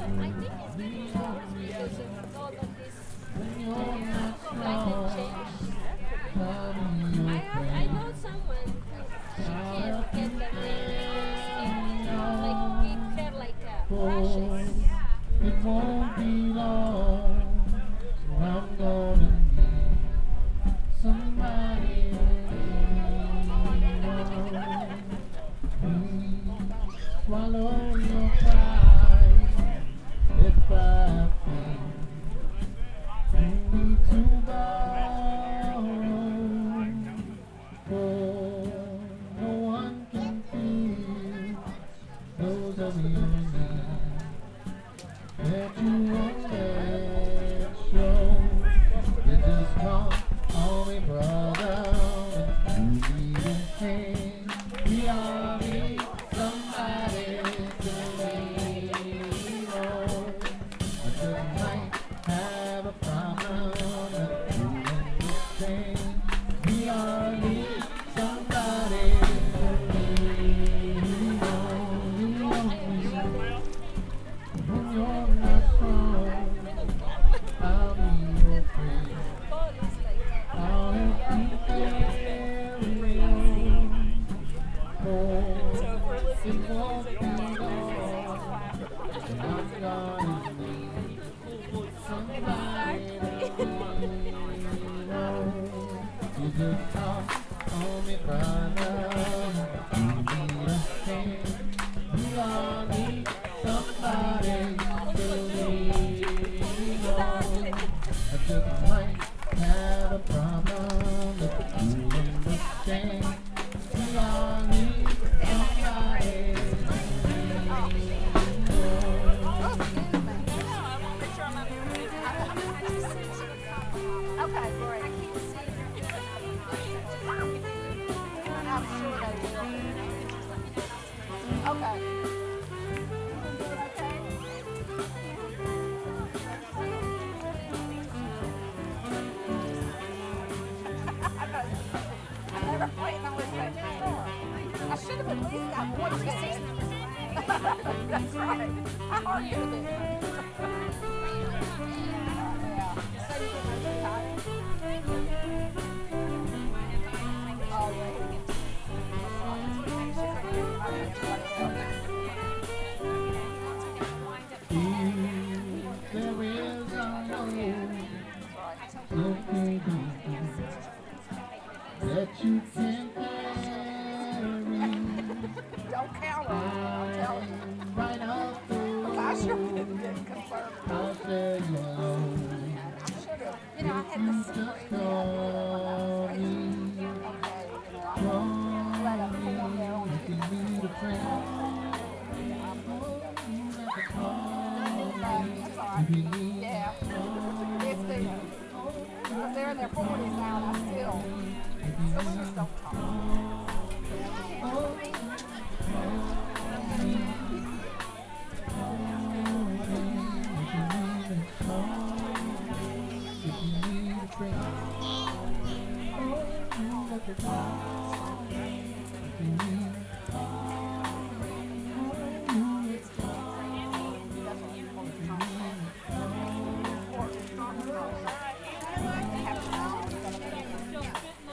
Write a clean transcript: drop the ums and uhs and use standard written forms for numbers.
I think it's because of all of this climate change. I know someone she can't get the thing because like give her like rashes. It won't be long. I'm gonna need somebody. Swallow your pride if I feel you need to borrow. For no one can feel those of you that you won't let show. You just call me brother and you need a hand. We all need somebody to lean on. I just might have a problem that you understand. We all need somebody to lean on. When you're not strong, I'll be your friend. I'll help you carry on. Oh, it won't be long. And I'm gonna need somebody to lean on. You just talk on me, brother. You need a hand. We all need somebody to lean on. I just might have a problem that you understand. We all need somebody to lean on. Okay, great. I'm sure they will. Okay. I never played number 6 before. I should have at least got one ticket. That's right. I argued it. Yeah. So you can move the time. Oh, yeah. There is a road that you can carry. Don't count on it. I'm telling you. Right up Because I sure didn't get concerned. I'll share your load. I should have. You know, I had this Just crazy call me. Okay, you know, Call I'm let up me form there on if you need a friend. That's all right. If you need Yeah. It's there. Because they're in their 40s now, and I still. Some of us don't talk. if you need a friend.